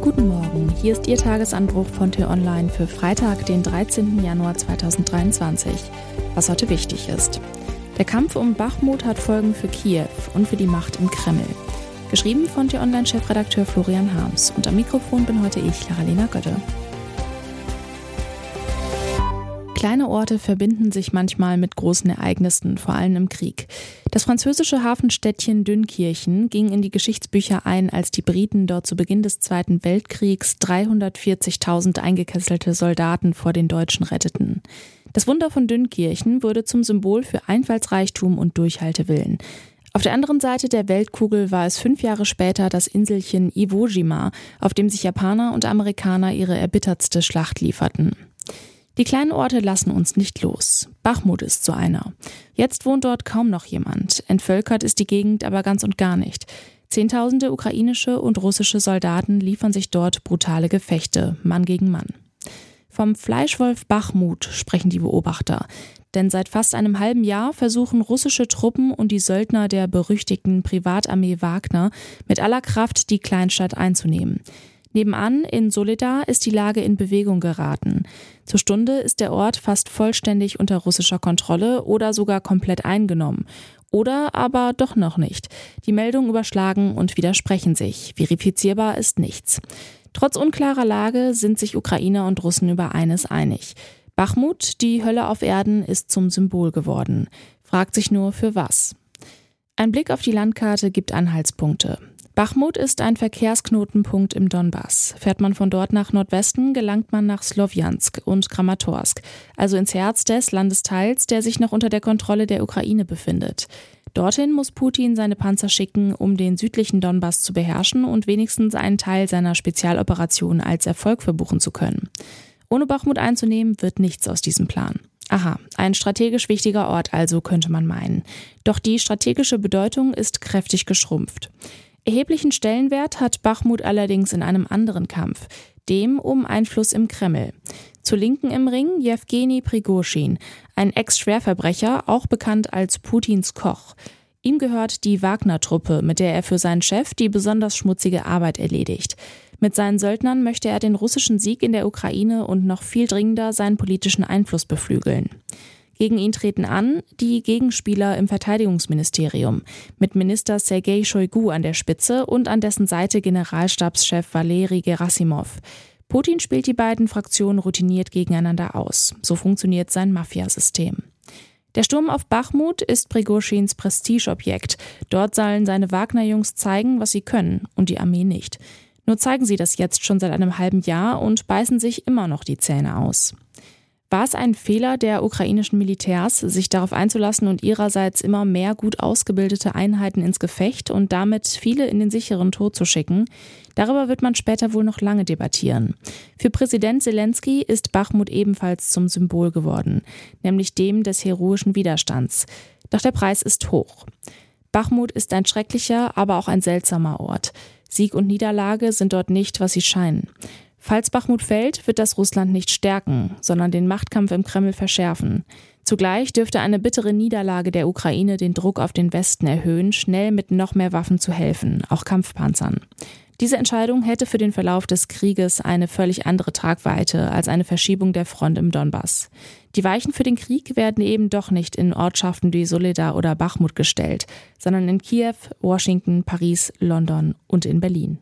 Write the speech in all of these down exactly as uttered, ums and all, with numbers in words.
Guten Morgen, hier ist Ihr Tagesanbruch von T-Online für Freitag, den dreizehnten Januar zweitausenddreiundzwanzig. Was heute wichtig ist. Der Kampf um Bachmut hat Folgen für Kiew und für die Macht im Kreml. Geschrieben von T-Online-Chefredakteur Florian Harms und am Mikrofon bin heute ich, Laralena Götte. Kleine Orte verbinden sich manchmal mit großen Ereignissen, vor allem im Krieg. Das französische Hafenstädtchen Dünkirchen ging in die Geschichtsbücher ein, als die Briten dort zu Beginn des Zweiten Weltkriegs dreihundertvierzigtausend eingekesselte Soldaten vor den Deutschen retteten. Das Wunder von Dünkirchen wurde zum Symbol für Einfallsreichtum und Durchhaltewillen. Auf der anderen Seite der Weltkugel war es fünf Jahre später das Inselchen Iwo Jima, auf dem sich Japaner und Amerikaner ihre erbittertste Schlacht lieferten. Die kleinen Orte lassen uns nicht los. Bachmut ist so einer. Jetzt wohnt dort kaum noch jemand. Entvölkert ist die Gegend aber ganz und gar nicht. Zehntausende ukrainische und russische Soldaten liefern sich dort brutale Gefechte, Mann gegen Mann. Vom Fleischwolf Bachmut sprechen die Beobachter. Denn seit fast einem halben Jahr versuchen russische Truppen und die Söldner der berüchtigten Privatarmee Wagner mit aller Kraft die Kleinstadt einzunehmen. Nebenan in Soledar ist die Lage in Bewegung geraten. Zur Stunde ist der Ort fast vollständig unter russischer Kontrolle oder sogar komplett eingenommen. Oder aber doch noch nicht. Die Meldungen überschlagen und widersprechen sich. Verifizierbar ist nichts. Trotz unklarer Lage sind sich Ukrainer und Russen über eines einig. Bachmut, die Hölle auf Erden, ist zum Symbol geworden. Fragt sich nur für was. Ein Blick auf die Landkarte gibt Anhaltspunkte. Bachmut ist ein Verkehrsknotenpunkt im Donbass. Fährt man von dort nach Nordwesten, gelangt man nach Slowjansk und Kramatorsk, also ins Herz des Landesteils, der sich noch unter der Kontrolle der Ukraine befindet. Dorthin muss Putin seine Panzer schicken, um den südlichen Donbass zu beherrschen und wenigstens einen Teil seiner Spezialoperation als Erfolg verbuchen zu können. Ohne Bachmut einzunehmen, wird nichts aus diesem Plan. Aha, ein strategisch wichtiger Ort also, könnte man meinen. Doch die strategische Bedeutung ist kräftig geschrumpft. Erheblichen Stellenwert hat Bachmut allerdings in einem anderen Kampf, dem um Einfluss im Kreml. Zur Linken im Ring Jewgeni Prigoschin, ein Ex-Schwerverbrecher, auch bekannt als Putins Koch. Ihm gehört die Wagner-Truppe, mit der er für seinen Chef die besonders schmutzige Arbeit erledigt. Mit seinen Söldnern möchte er den russischen Sieg in der Ukraine und noch viel dringender seinen politischen Einfluss beflügeln. Gegen ihn treten an die Gegenspieler im Verteidigungsministerium, mit Minister Sergei Shoigu an der Spitze und an dessen Seite Generalstabschef Valeri Gerasimov. Putin spielt die beiden Fraktionen routiniert gegeneinander aus. So funktioniert sein Mafiasystem. Der Sturm auf Bachmut ist Prigoschins Prestigeobjekt. Dort sollen seine Wagner-Jungs zeigen, was sie können, und die Armee nicht. Nur zeigen sie das jetzt schon seit einem halben Jahr und beißen sich immer noch die Zähne aus. War es ein Fehler der ukrainischen Militärs, sich darauf einzulassen und ihrerseits immer mehr gut ausgebildete Einheiten ins Gefecht und damit viele in den sicheren Tod zu schicken? Darüber wird man später wohl noch lange debattieren. Für Präsident Selenskyj ist Bachmut ebenfalls zum Symbol geworden, nämlich dem des heroischen Widerstands. Doch der Preis ist hoch. Bachmut ist ein schrecklicher, aber auch ein seltsamer Ort. Sieg und Niederlage sind dort nicht, was sie scheinen. Falls Bachmut fällt, wird das Russland nicht stärken, sondern den Machtkampf im Kreml verschärfen. Zugleich dürfte eine bittere Niederlage der Ukraine den Druck auf den Westen erhöhen, schnell mit noch mehr Waffen zu helfen, auch Kampfpanzern. Diese Entscheidung hätte für den Verlauf des Krieges eine völlig andere Tragweite als eine Verschiebung der Front im Donbass. Die Weichen für den Krieg werden eben doch nicht in Ortschaften wie Soledar oder Bachmut gestellt, sondern in Kiew, Washington, Paris, London und in Berlin.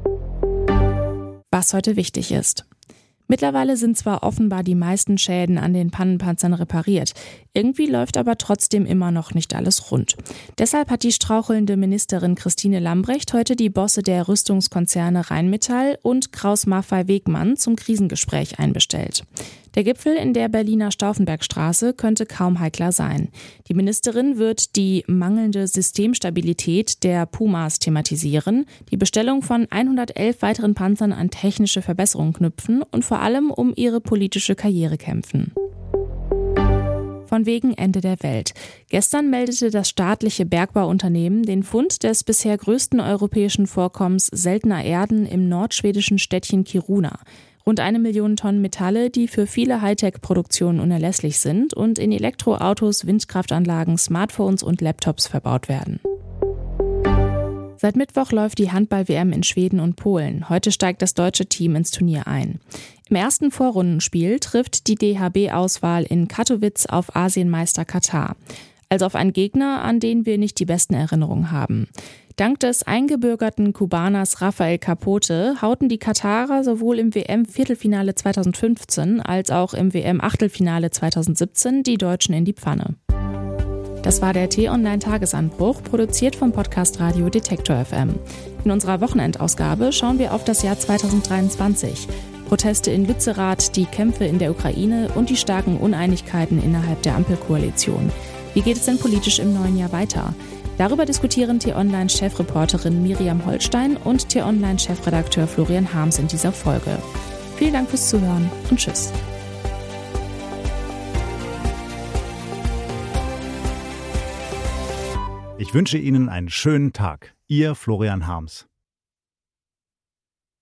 Was heute wichtig ist. Mittlerweile sind zwar offenbar die meisten Schäden an den Pannenpanzern repariert, irgendwie läuft aber trotzdem immer noch nicht alles rund. Deshalb hat die strauchelnde Ministerin Christine Lambrecht heute die Bosse der Rüstungskonzerne Rheinmetall und Krauss-Maffei-Wegmann zum Krisengespräch einbestellt. Der Gipfel in der Berliner Stauffenbergstraße könnte kaum heikler sein. Die Ministerin wird die mangelnde Systemstabilität der Pumas thematisieren, die Bestellung von hundertelf weiteren Panzern an technische Verbesserungen knüpfen und vor allem um ihre politische Karriere kämpfen. Von wegen Ende der Welt. Gestern meldete das staatliche Bergbauunternehmen den Fund des bisher größten europäischen Vorkommens seltener Erden im nordschwedischen Städtchen Kiruna. Rund eine Million Tonnen Metalle, die für viele Hightech-Produktionen unerlässlich sind und in Elektroautos, Windkraftanlagen, Smartphones und Laptops verbaut werden. Seit Mittwoch läuft die Handball-W M in Schweden und Polen. Heute steigt das deutsche Team ins Turnier ein. Im ersten Vorrundenspiel trifft die D H B-Auswahl in Katowice auf Asienmeister Katar. Also auf einen Gegner, an den wir nicht die besten Erinnerungen haben. Dank des eingebürgerten Kubaners Rafael Capote hauten die Katarer sowohl im W M-Viertelfinale zweitausendfünfzehn als auch im W M-Achtelfinale zweitausendsiebzehn die Deutschen in die Pfanne. Das war der T-Online-Tagesanbruch, produziert vom Podcast Radio Detektor F M. In unserer Wochenendausgabe schauen wir auf das Jahr zweitausenddreiundzwanzig. Proteste in Lützerath, die Kämpfe in der Ukraine und die starken Uneinigkeiten innerhalb der Ampelkoalition. Wie geht es denn politisch im neuen Jahr weiter? Darüber diskutieren T-Online-Chefreporterin Miriam Holstein und T-Online-Chefredakteur Florian Harms in dieser Folge. Vielen Dank fürs Zuhören und tschüss. Ich wünsche Ihnen einen schönen Tag. Ihr Florian Harms.